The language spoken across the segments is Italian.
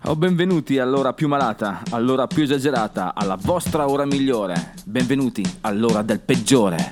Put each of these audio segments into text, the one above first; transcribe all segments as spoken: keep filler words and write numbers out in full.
O benvenuti all'ora più malata, all'ora più esagerata, alla vostra ora migliore. Benvenuti all'ora del peggiore.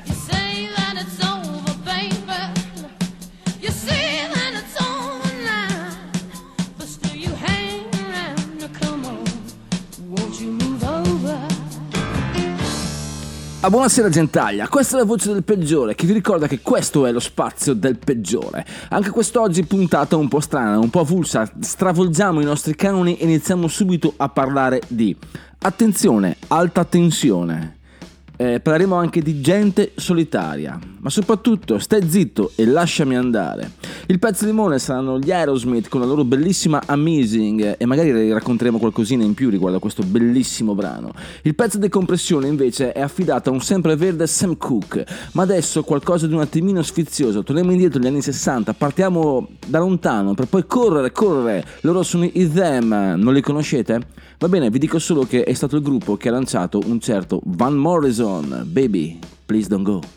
Ah, buonasera gentaglia, questa è la voce del peggiore che vi ricorda che questo è lo spazio del peggiore. Anche quest'oggi puntata un po' strana, un po' avulsa, stravolgiamo i nostri canoni e iniziamo subito a parlare di attenzione, alta tensione. Eh, parleremo anche di gente solitaria, ma soprattutto stai zitto e lasciami andare. Il pezzo limone saranno gli Aerosmith con la loro bellissima Amazing e magari racconteremo qualcosina in più riguardo a questo bellissimo brano. Il pezzo di compressione invece è affidato a un sempreverde Sam Cooke, ma adesso qualcosa di un attimino sfizioso. Torniamo indietro agli anni sessanta, partiamo da lontano per poi correre, correre. Loro sono i Them, non li conoscete? Va bene, vi dico solo che è stato il gruppo che ha lanciato un certo Van Morrison, Baby, Please Don't Go.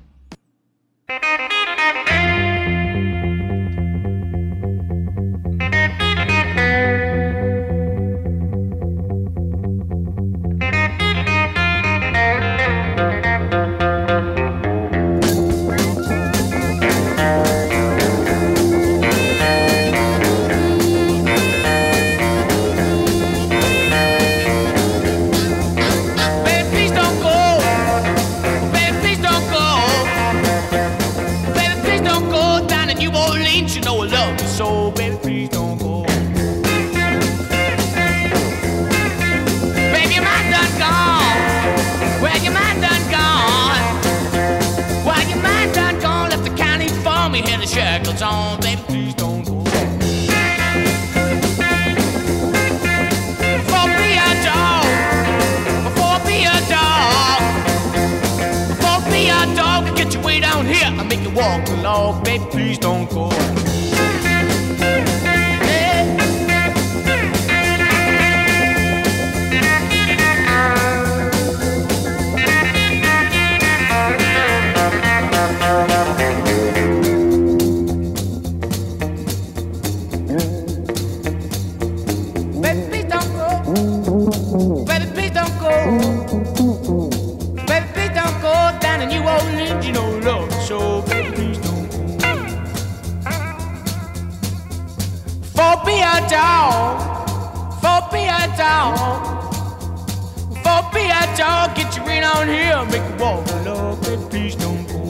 So baby, please don't go. Baby, your mind done gone. Well, your mind done gone. Well, your mind done gone. Left the county for me, had the shackles on. Baby, please don't go. Before be a dog. Before be a dog. Before be a dog, get you way down here and make you walk along. Baby, please don't go. Get you in on here, make you walk, love, baby, please don't go.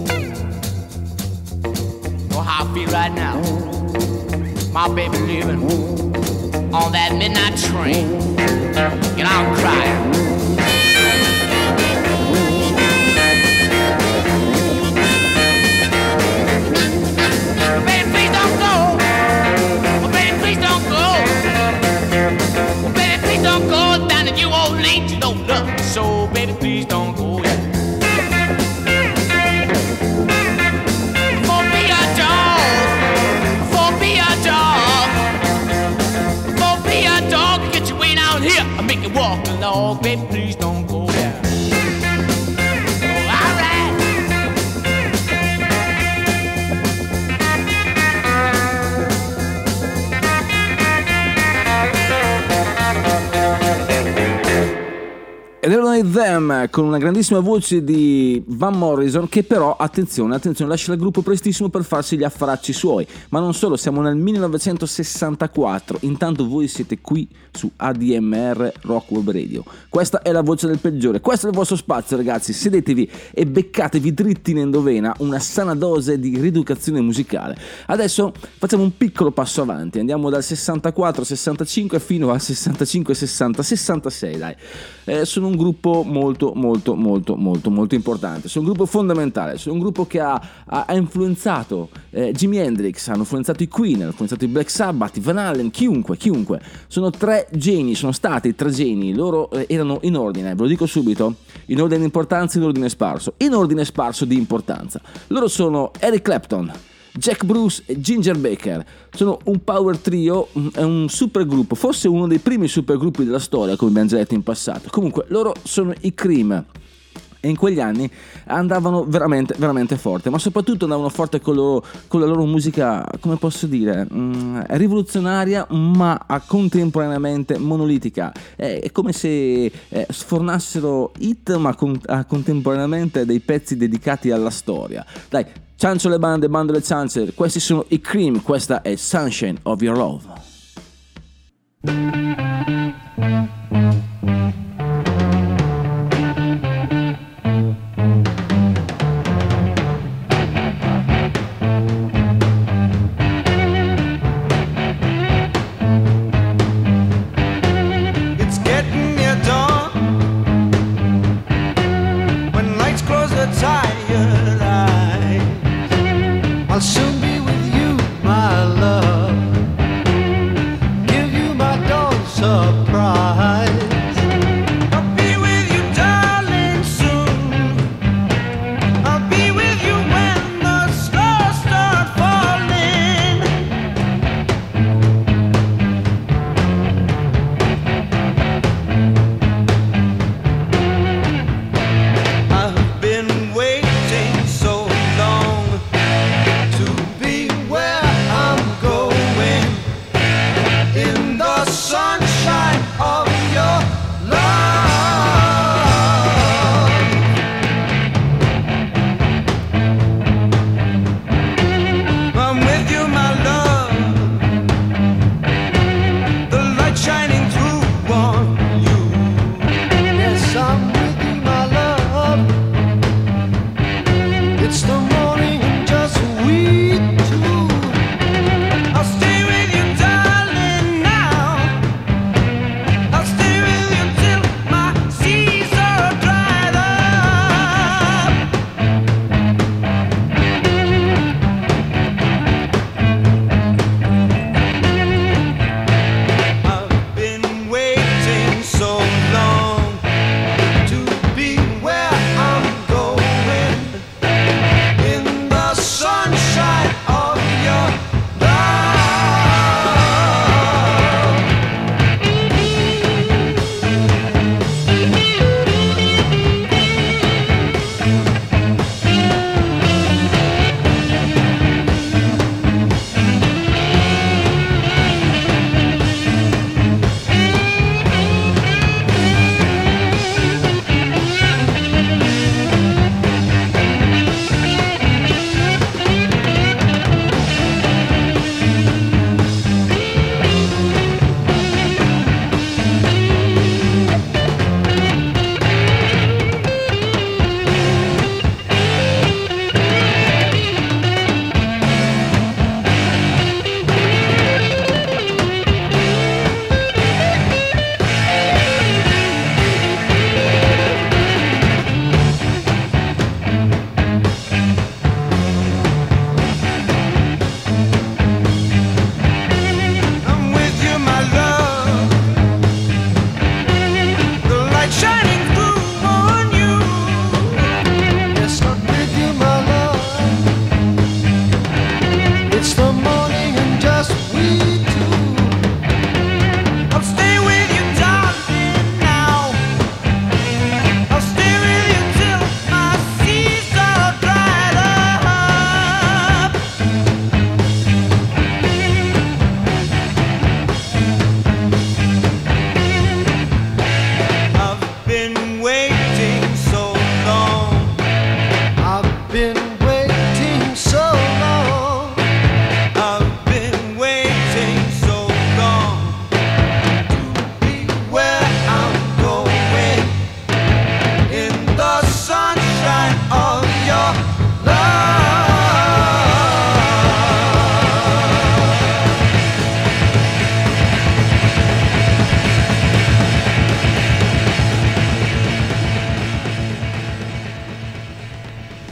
Know how I feel right now. My baby living on that midnight train. Get out crying. Baby, please don't go. Oh, baby, please don't go. Oh, baby, please don't go down to New Orleans, you know love. So baby, please don't go, yeah. For be a dog, for be a dog, for be a dog, get you way down here, I make you walk along, baby, please don't go, yeah. Oh, all right. Ed erano i Them con una grandissima voce di Van Morrison che però, attenzione, attenzione, lascia il gruppo prestissimo per farsi gli affaracci suoi. Ma non solo, siamo nel millenovecentosessantaquattro, intanto voi siete qui su A D M R Rock Web Radio. Questa è la voce del peggiore, questo è il vostro spazio ragazzi, sedetevi e beccatevi dritti in endovena una sana dose di rieducazione musicale. Adesso facciamo un piccolo passo avanti, andiamo dal sessantaquattro sessantacinque fino al sessantacinque sessanta sessantasei, dai. Eh, sono un gruppo molto molto molto molto molto importante, sono un gruppo fondamentale, sono un gruppo che ha, ha, ha influenzato eh, Jimi Hendrix, hanno influenzato i Queen, hanno influenzato i Black Sabbath, i Van Halen, chiunque, chiunque. Sono tre geni, sono stati tre geni, loro eh, erano in ordine, ve lo dico subito, in ordine di importanza e in ordine sparso, in ordine sparso di importanza. Loro sono Eric Clapton, Jack Bruce e Ginger Baker. Sono un power trio, è un super gruppo, forse uno dei primi super gruppi della storia, come abbiamo già detto in passato. Comunque loro sono i Cream e in quegli anni andavano veramente veramente forte, ma soprattutto andavano forte con, loro, con la loro musica, come posso dire, mh, rivoluzionaria ma contemporaneamente monolitica. È, è come se eh, sfornassero hit ma con, eh, contemporaneamente dei pezzi dedicati alla storia. Dai, ciancio le bande, bando le ciance, questi sono i Cream, questa è Sunshine of Your Love. I'll soon be with you, my love. Give you my dog surprise.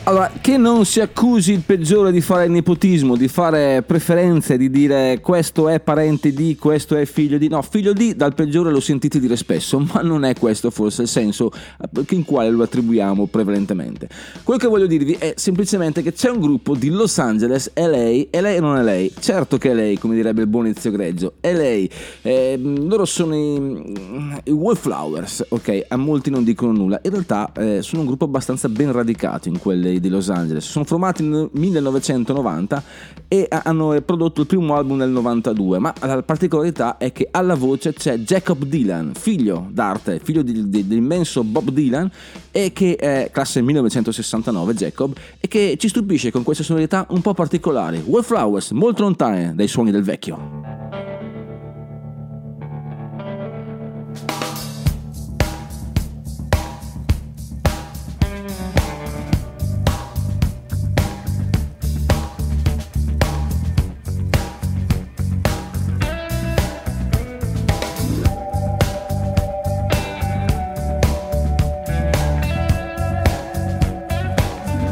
Allora, che non si accusi il peggiore di fare nepotismo, di fare preferenze, di dire questo è parente di, questo è figlio di. No, figlio di dal peggiore lo sentite dire spesso, ma non è questo forse il senso in quale lo attribuiamo prevalentemente. Quello che voglio dirvi è semplicemente che c'è un gruppo di Los Angeles, L A, L A non è lei, certo che è lei, come direbbe il buon Ezio Greggio, è lei, eh, loro sono i, i Wallflowers, ok, a molti non dicono nulla, in realtà eh, sono un gruppo abbastanza ben radicato in quelle di Los Angeles, sono formati nel millenovecentonovanta e hanno prodotto il primo album nel novantadue, ma la particolarità è che alla voce c'è Jacob Dylan, figlio d'arte, figlio di, di, dell'immenso Bob Dylan, e che è classe millenovecentosessantanove Jacob, e che ci stupisce con queste sonorità un po' particolari. Wallflowers, molto lontane dai suoni del vecchio.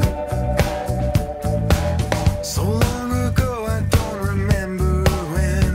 So long ago, I don't remember when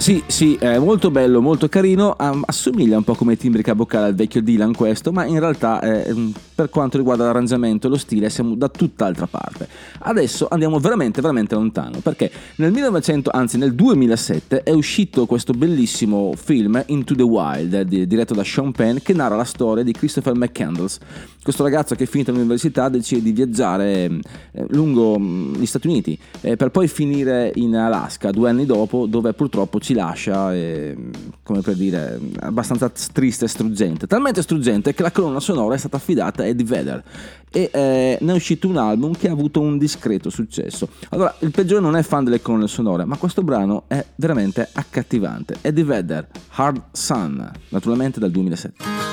Sì, sì, è molto bello, molto carino, um, assomiglia un po' come timbrica vocale al vecchio Dylan questo, ma in realtà eh, per quanto riguarda l'arrangiamento e lo stile siamo da tutt'altra parte. Adesso andiamo veramente, veramente lontano, perché nel millenovecento, anzi nel duemilasette è uscito questo bellissimo film Into the Wild, di, diretto da Sean Penn, che narra la storia di Christopher McCandless, questo ragazzo che finito l'università decide di viaggiare eh, lungo mh, gli Stati Uniti eh, per poi finire in Alaska due anni dopo, dove purtroppo ci lascia, eh, come per dire, abbastanza triste e struggente, talmente struggente che la colonna sonora è stata affidata a Eddie Vedder e eh, ne è uscito un album che ha avuto un discreto successo. Allora, il peggiore non è fan delle colonne sonore, ma questo brano è veramente accattivante. Eddie Vedder, Hard Sun, naturalmente dal duemilasette.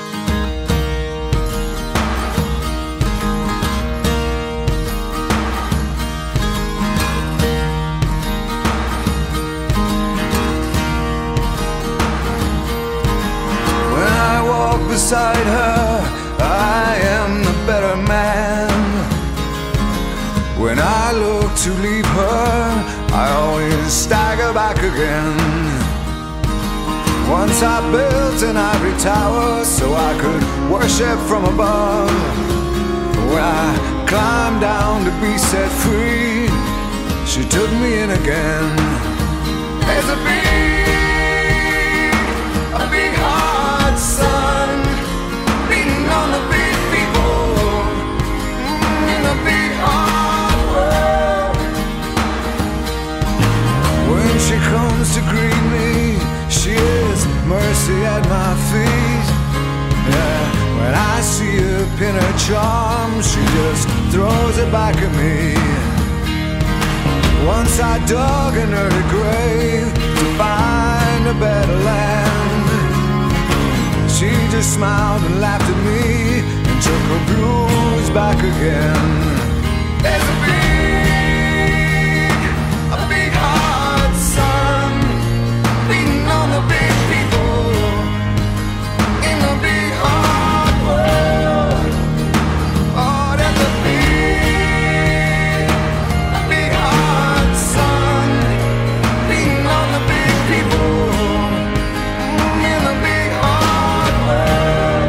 Beside her, I am the better man. When I look to leave her, I always stagger back again. Once I built an ivory tower so I could worship from above. When I climbed down to be set free, she took me in again. There's a big, a big hard sun on the big people in the big hard world. When she comes to greet me, she is mercy at my feet. Yeah, when I see her pin her charm, she just throws it back at me. Once I dug an early grave to find a better land. She just smiled and laughed at me and took her blues back again. There's a big, a big hard sun beating on the big people in the big hard world. Oh, there's a big, a big hard sun beating on the big people in the big hard world.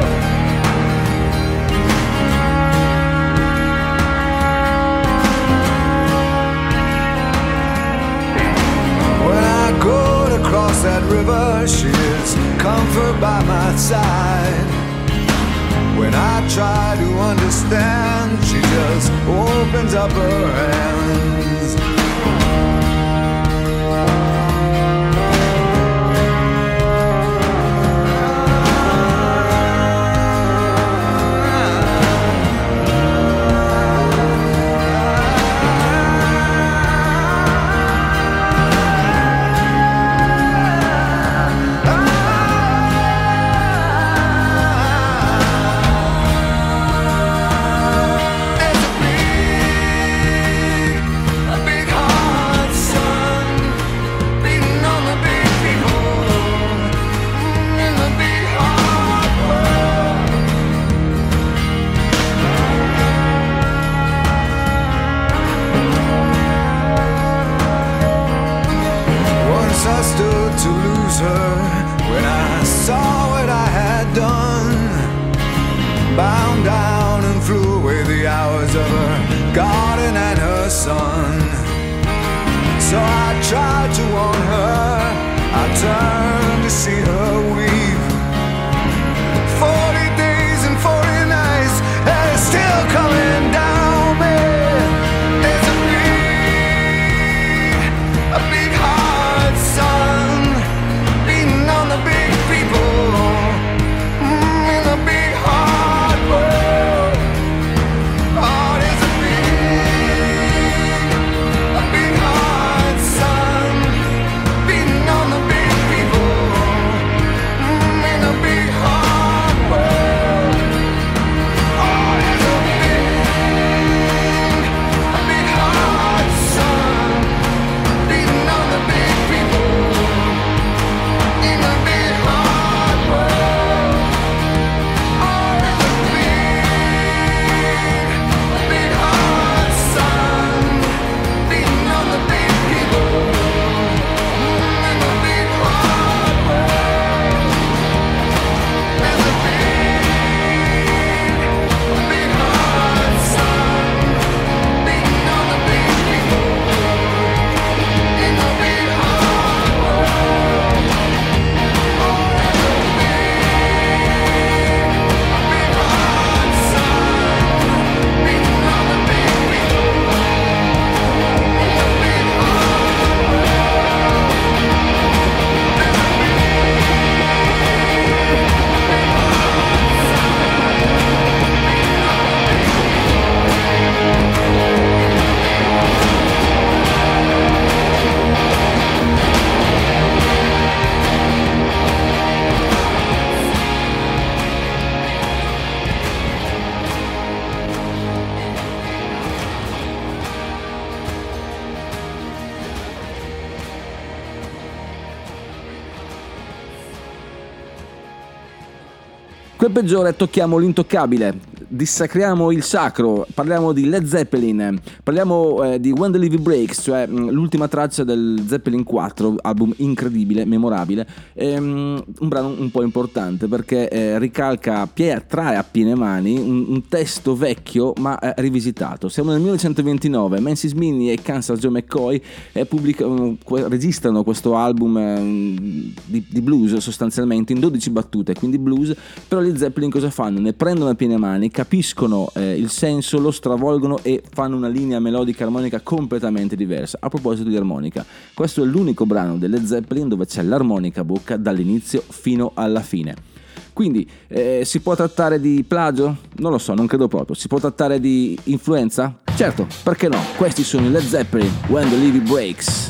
When I go to cross that river, she is comfort by my side. When I try to understand, she just opens up her hands. To lose her when I saw what I had done, bound down and flew away the hours of her garden and her son. So I tried to warn her, I turned to see her weep. Forty days and forty nights, and it's still coming down me. There's a big, a big hard sun on the big people mm, in the big hard world. Oh, there's a big, a big hard sun quel peggiore tocchiamo l'intoccabile, dissacriamo il sacro, parliamo di Led Zeppelin, parliamo eh, di When the Levy Breaks, cioè mh, l'ultima traccia del Zeppelin quattro, album incredibile, memorabile, ehm, un brano un po' importante perché eh, ricalca, trae a piene mani un, un testo vecchio ma eh, rivisitato. Siamo nel millenovecentoventinove, Mansis Minnie e Kansas Joe McCoy eh, pubblicano, registrano questo album eh, di, di blues sostanzialmente in dodici battute, quindi blues, però gli Zeppelin cosa fanno? Ne prendono a piene mani, capiscono eh, il senso, lo stravolgono e fanno una linea melodica armonica completamente diversa. A proposito di armonica, questo è l'unico brano delle Zeppelin dove c'è l'armonica a bocca dall'inizio fino alla fine. Quindi eh, si può trattare di plagio? Non lo so, non credo proprio. Si può trattare di influenza? Certo, perché no? Questi sono i Led Zeppelin, When the Levy Breaks.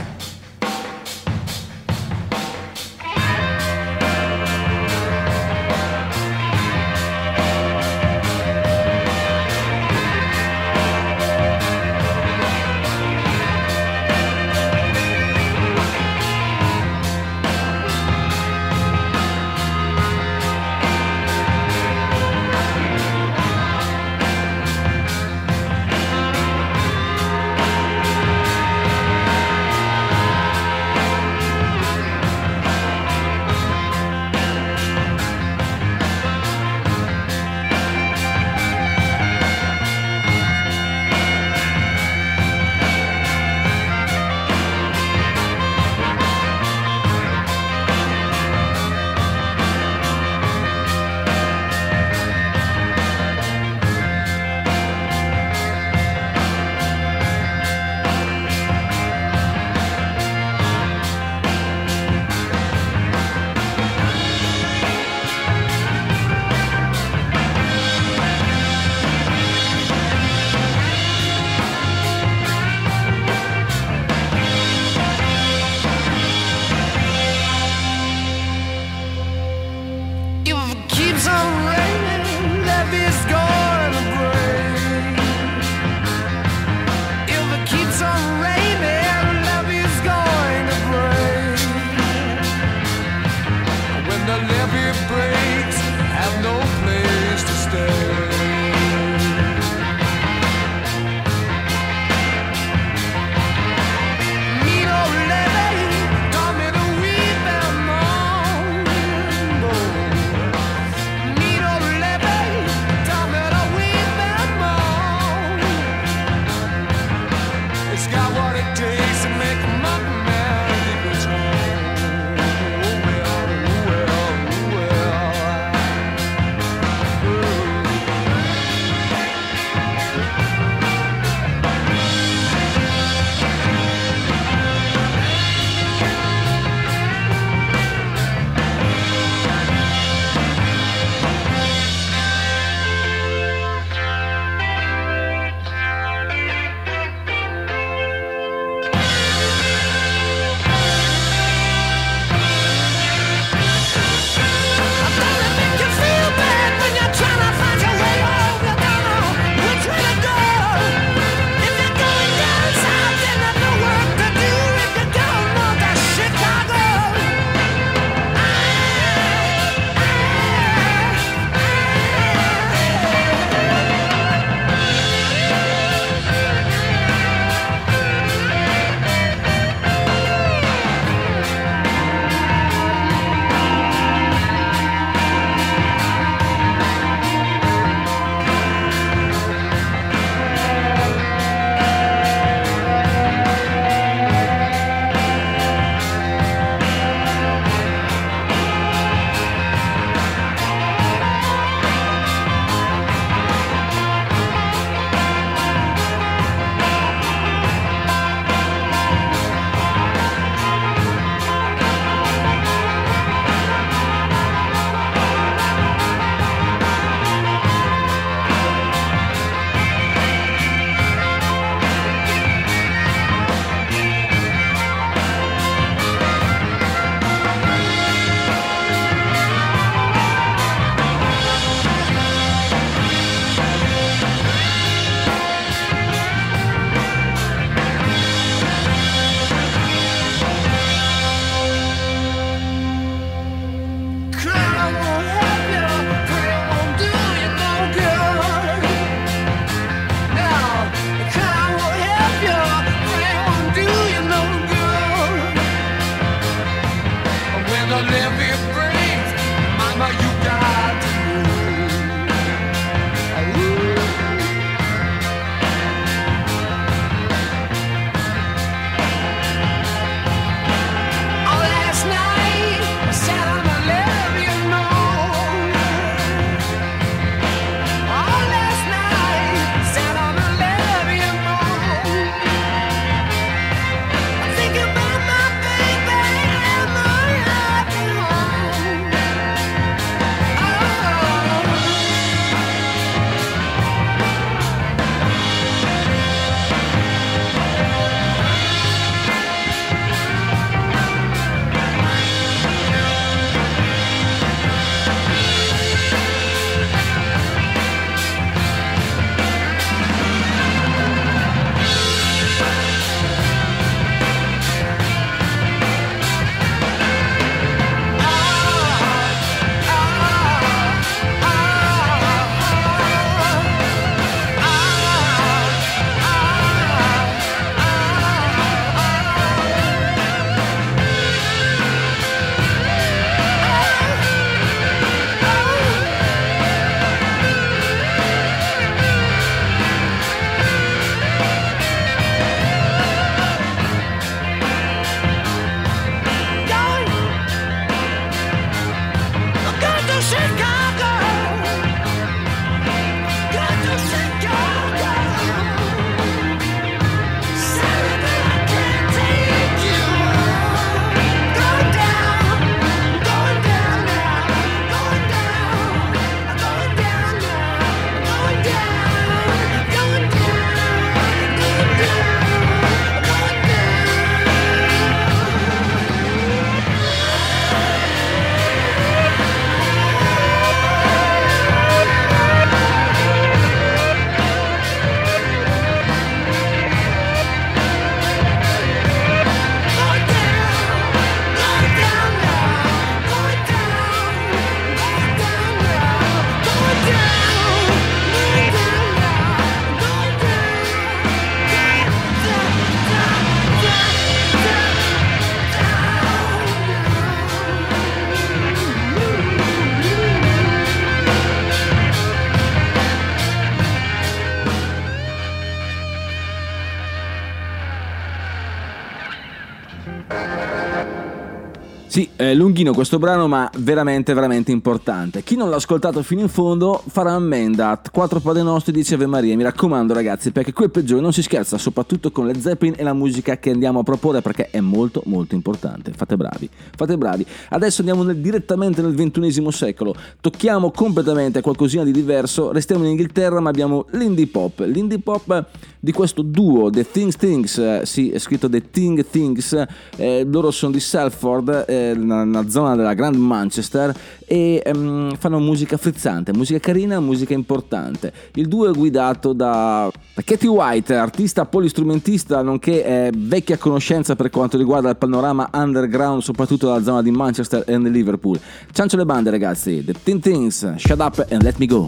Sì, è lunghino questo brano, ma veramente, veramente importante. Chi non l'ha ascoltato fino in fondo farà ammenda. Quattro Padre Nostri dice Ave Maria. Mi raccomando ragazzi, perché qui è peggiore, non si scherza, soprattutto con le Zeppelin e la musica che andiamo a proporre, perché è molto, molto importante. Fate bravi, fate bravi. Adesso andiamo nel, direttamente nel ventunesimo secolo. Tocchiamo completamente qualcosina di diverso. Restiamo in Inghilterra, ma abbiamo l'indie pop. L'indie pop di questo duo, The Things Things, eh, sì, è scritto The Thing Things, eh, loro sono di Salford, eh, una zona della Grand Manchester, e um, fanno musica frizzante, musica carina, musica importante. Il duo è guidato da, da Katie White, artista polistrumentista nonché eh, vecchia conoscenza per quanto riguarda il panorama underground, soprattutto dalla zona di Manchester e Liverpool. Ciancio le bande ragazzi, The Thing Things, Shut Up and Let Me Go.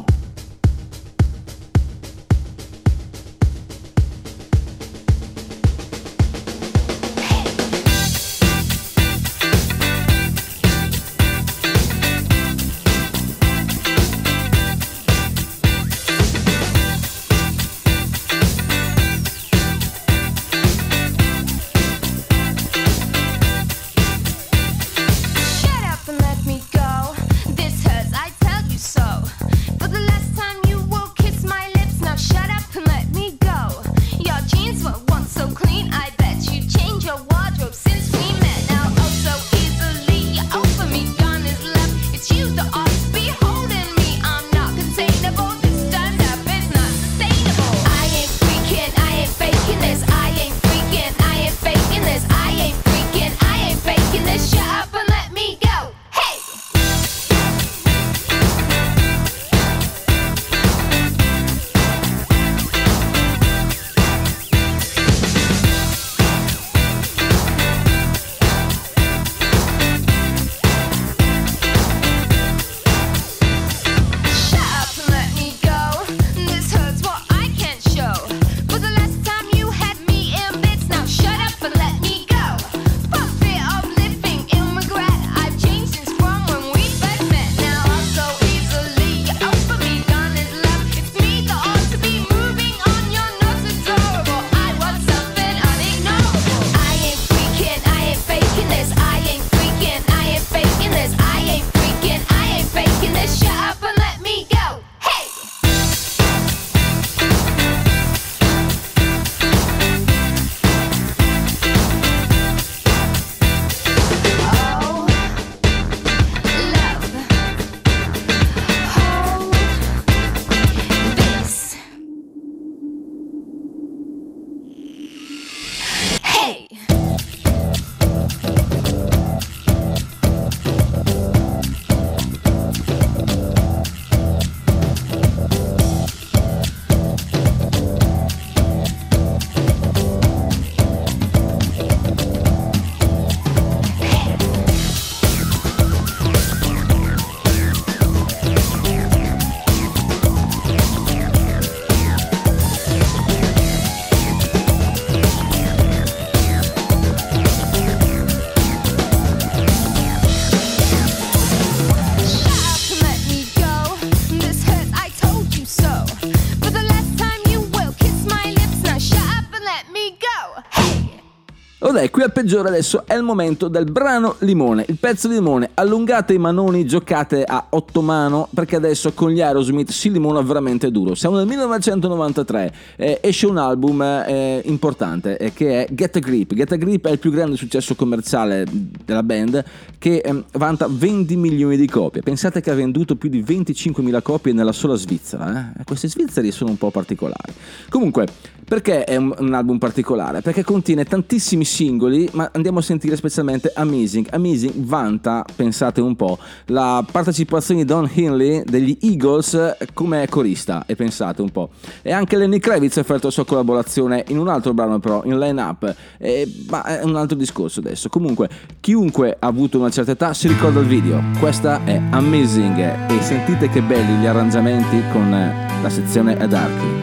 Vabbè, qui al peggiore adesso è il momento del brano limone, il pezzo di limone. Allungate i manoni, giocate a otto mano, perché adesso con gli Aerosmith si limona veramente duro. Siamo nel millenovecentonovantatré, eh, esce un album eh, importante eh, che è Get a Grip. Get a Grip è il più grande successo commerciale della band, che eh, vanta venti milioni di copie. Pensate che ha venduto più di venticinquemila copie nella sola Svizzera. Eh? Questi svizzeri sono un po' particolari. Comunque, perché è un, un album particolare? Perché contiene tantissimi singoli, ma andiamo a sentire specialmente Amazing. Amazing vanta, pensate un po', la partecipazione di Don Henley degli Eagles come corista, e pensate un po'. E anche Lenny Kravitz ha offerto la sua collaborazione in un altro brano, però in Line Up, e, ma è un altro discorso adesso. Comunque, chiunque ha avuto una certa età si ricorda il video. Questa è Amazing, e sentite che belli gli arrangiamenti con la sezione ad archi.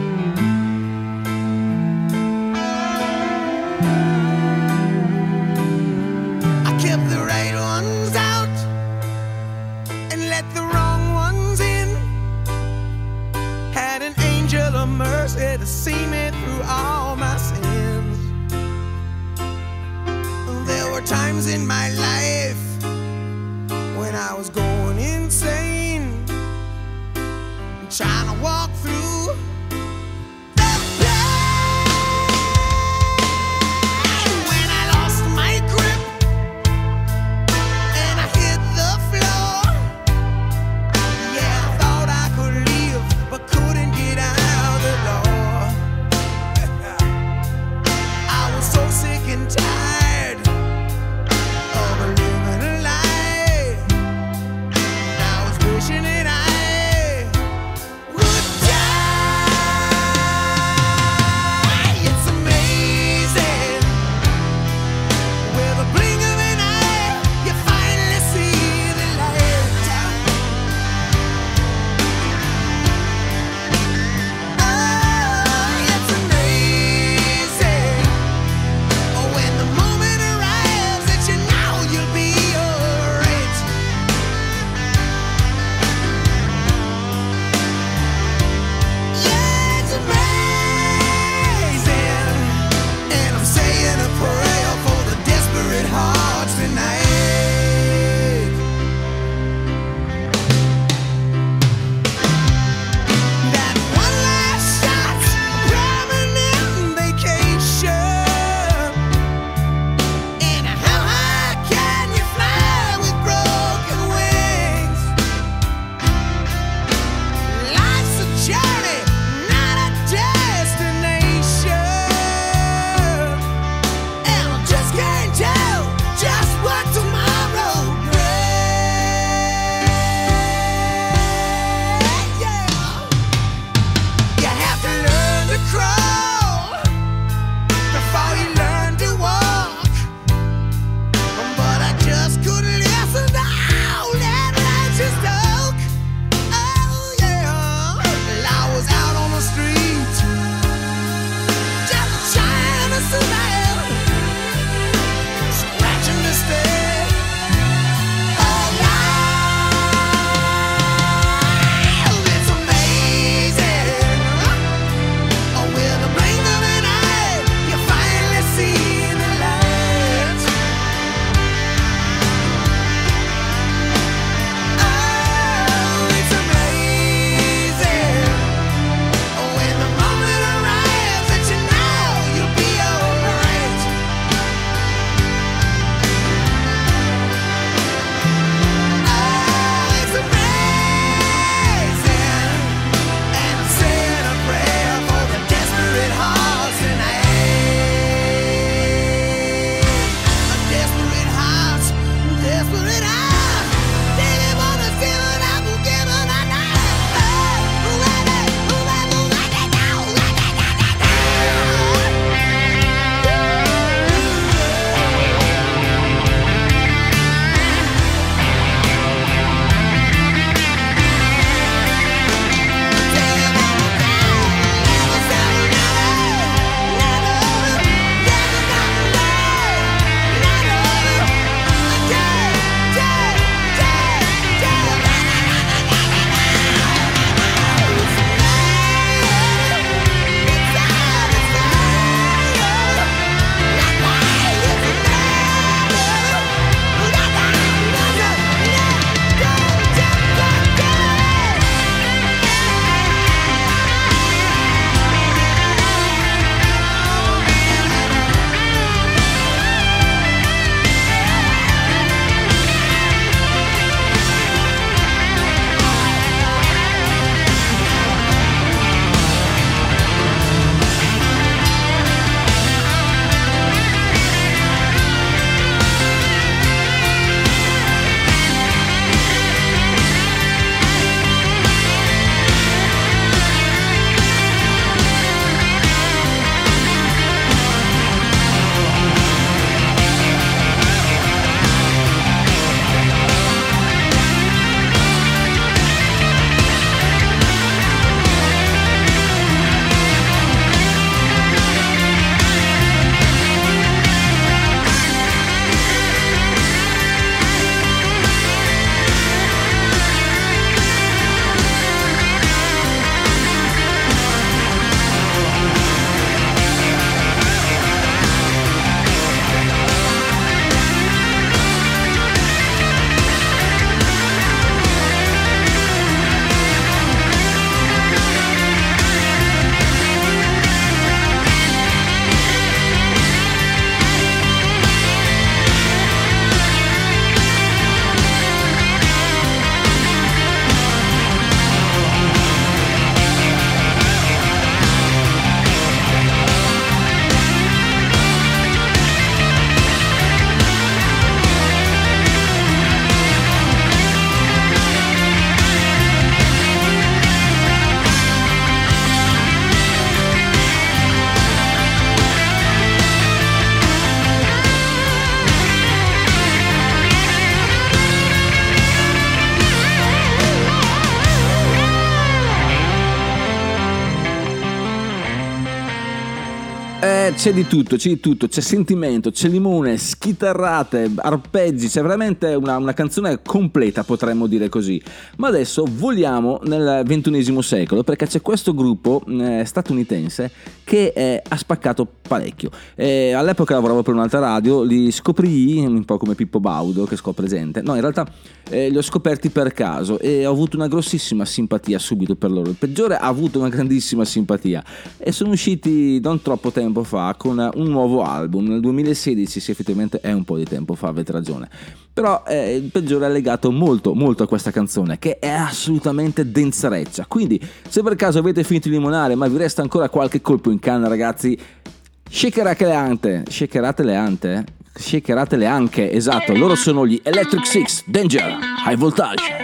To see me through all my sins. There were times in my life Eh, c'è di tutto, c'è di tutto, c'è sentimento, c'è limone, schitarrate, arpeggi, c'è veramente una, una canzone completa, potremmo dire così. Ma adesso voliamo nel ventunesimo secolo, perché c'è questo gruppo eh, statunitense che eh, ha spaccato parecchio. Eh, all'epoca lavoravo per un'altra radio, li scoprii un po' come Pippo Baudo che scopre gente. No, in realtà eh, li ho scoperti per caso e ho avuto una grossissima simpatia subito per loro. Il peggiore ha avuto una grandissima simpatia e sono usciti non troppo tempo fa con un nuovo album nel duemilasedici. Sì, effettivamente è un po' di tempo fa, avete ragione, però eh, il peggiore è legato molto molto a questa canzone che è assolutamente densareccia. Quindi se per caso avete finito di limonare ma vi resta ancora qualche colpo in canna, ragazzi, shakerate le ante shakerate le ante shakerate le anche, esatto, loro sono gli Electric Six, Danger, High Voltage.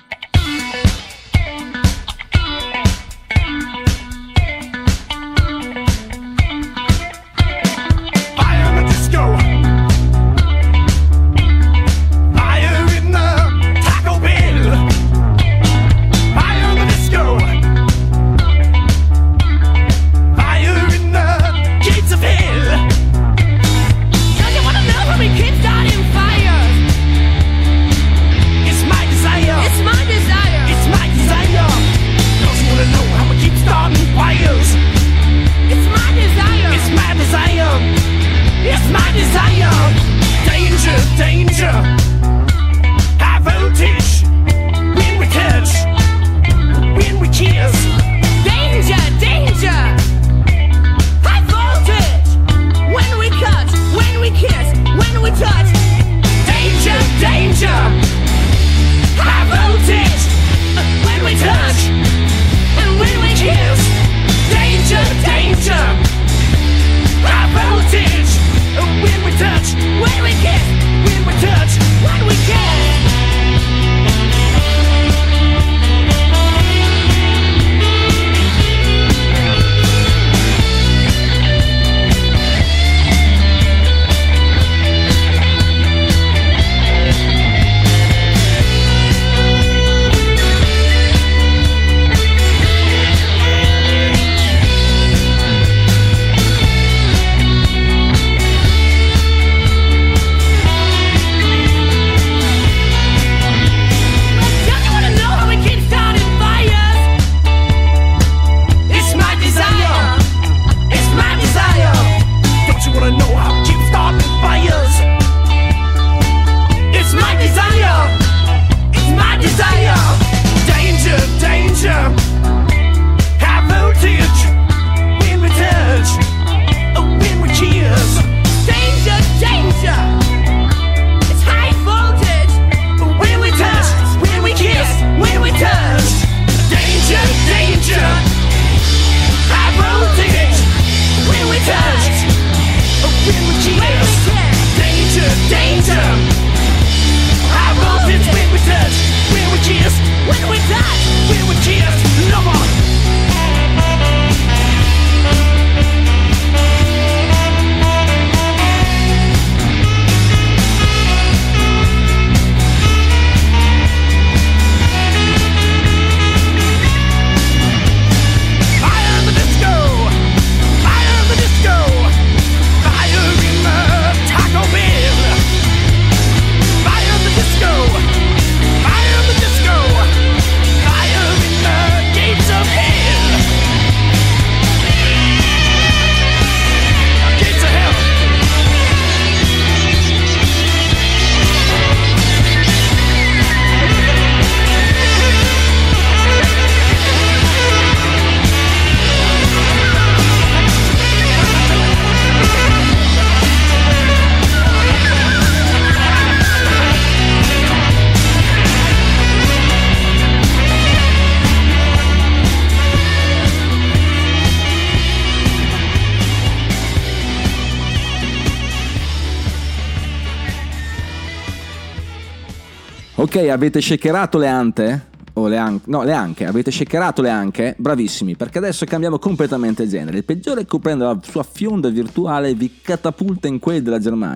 Ok, avete shakerato le ante? O le anche? No, le anche. Avete shakerato le anche? Bravissimi, perché adesso cambiamo completamente genere. Il peggiore, coprendo la sua fionda virtuale, vi catapulta in quelli della Germania.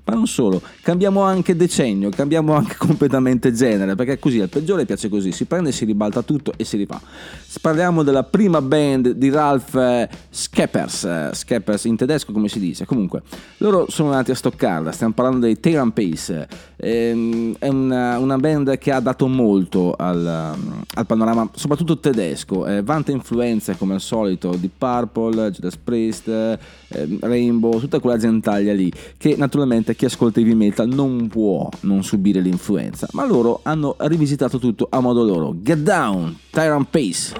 Ma non solo, cambiamo anche decennio, cambiamo anche completamente genere, perché così al peggiore piace così, si prende, si ribalta tutto e si rifà. Parliamo della prima band di Ralph eh, Skeppers, eh, Skeppers in tedesco come si dice, comunque loro sono nati a Stoccarda, stiamo parlando dei Tyran Pace, ehm, è una, una band che ha dato molto al, al panorama, soprattutto tedesco, eh, vanta influenze come al solito di Purple, Judas Priest, eh, Rainbow, tutta quella gentaglia lì, che naturalmente chi ascolta heavy metal non può non subire l'influenza, ma loro hanno rivisitato tutto a modo loro. Get Down, Tyran Pace.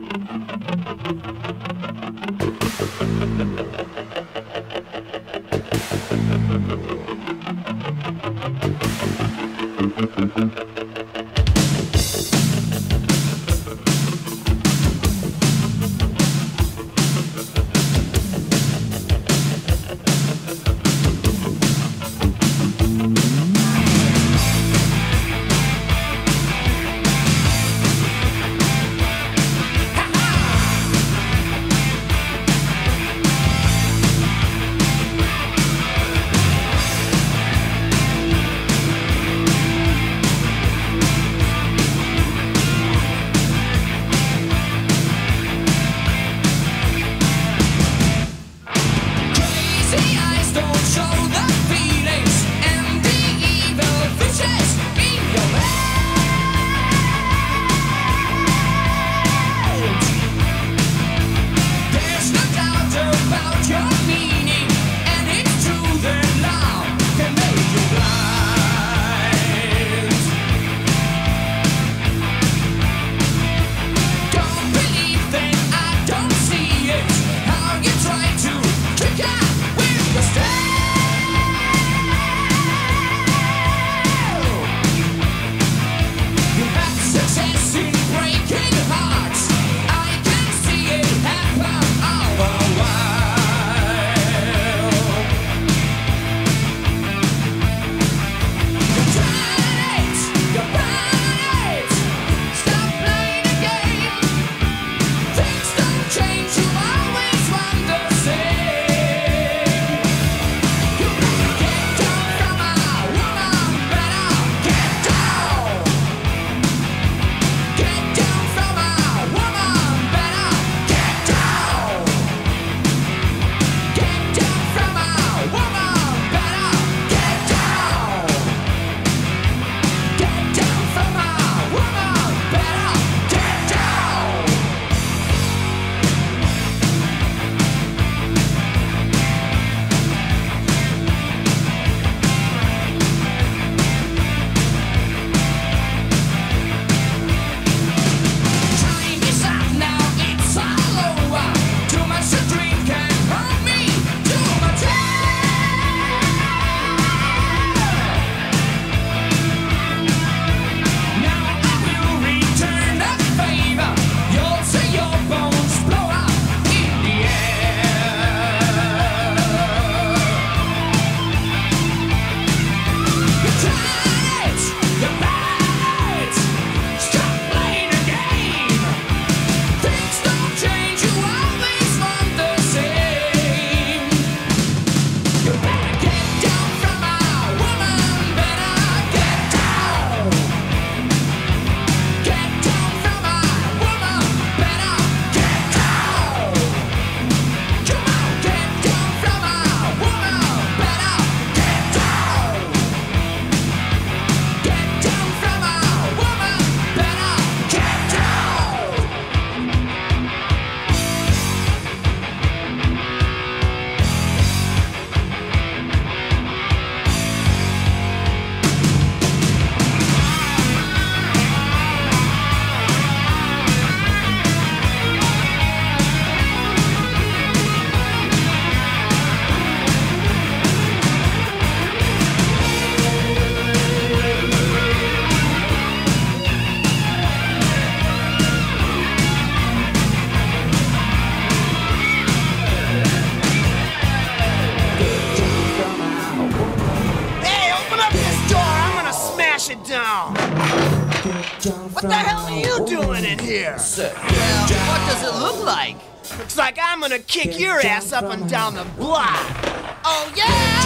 What the hell are you doing in here? Well, what does it look like? Looks like I'm gonna kick your ass up and down the block. Oh, yeah? Well,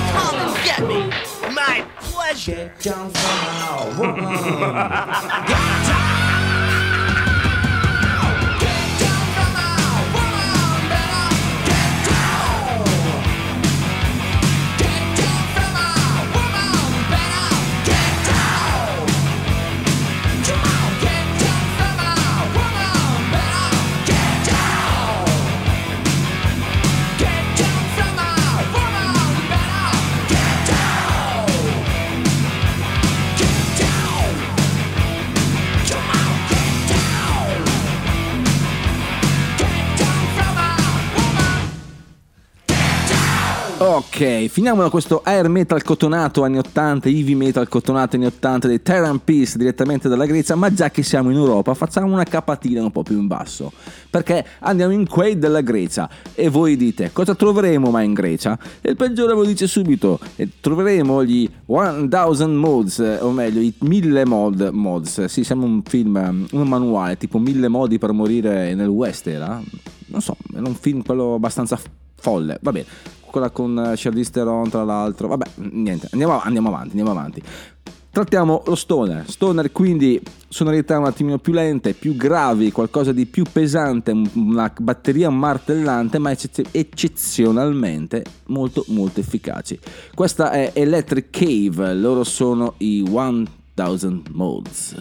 Come and get me. My pleasure. Get down from our woman. Get down. Ok, finiamo da questo air metal cotonato anni ottanta, heavy metal cotonato anni ottanta dei Terran Peace direttamente dalla Grecia, ma già che siamo in Europa facciamo una capatina un po' più in basso, perché andiamo in quei della Grecia e voi dite cosa troveremo mai in Grecia? E il peggiore ve lo dice subito, e troveremo gli mille mods, o meglio i mille mod mods, sì, sembra un film, un manuale tipo mille modi per morire nel West, era? Non so, era un film quello abbastanza folle, va bene, quella con Charlize Theron tra l'altro, vabbè, niente, andiamo, andiamo avanti, andiamo avanti. Trattiamo lo stoner, stoner quindi sonorità un attimino più lente, più gravi, qualcosa di più pesante, una batteria martellante ma eccezionalmente molto molto efficaci. Questa è Electric Cave, loro sono i mille mods.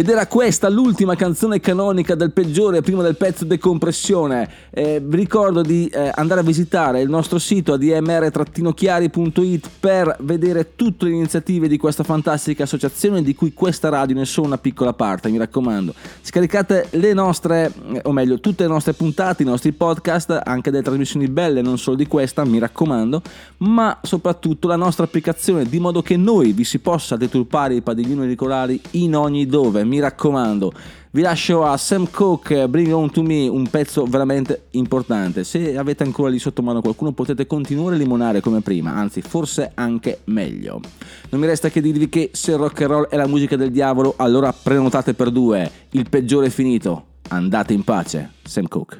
Ed era questa l'ultima canzone canonica del peggiore prima del pezzo decompressione. Eh, vi ricordo di eh, andare a visitare il nostro sito a d m r chiari punto i t per vedere tutte le iniziative di questa fantastica associazione di cui questa radio ne è solo una piccola parte, mi raccomando. Scaricate le nostre, o meglio tutte le nostre puntate, i nostri podcast, anche delle trasmissioni belle, non solo di questa, mi raccomando, ma soprattutto la nostra applicazione, di modo che noi vi si possa deturpare i padiglioni auricolari in ogni dove, mi raccomando. Vi lascio a Sam Cooke, Bring On To Me, un pezzo veramente importante. Se avete ancora lì sotto mano qualcuno potete continuare a limonare come prima, anzi forse anche meglio. Non mi resta che dirvi che se rock and roll è la musica del diavolo, allora prenotate per due, il peggiore è finito, andate in pace. Sam Cooke.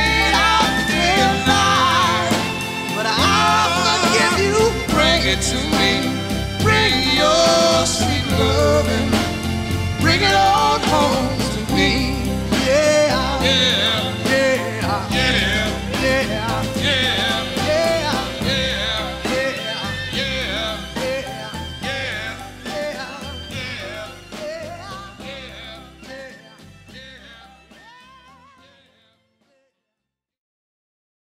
To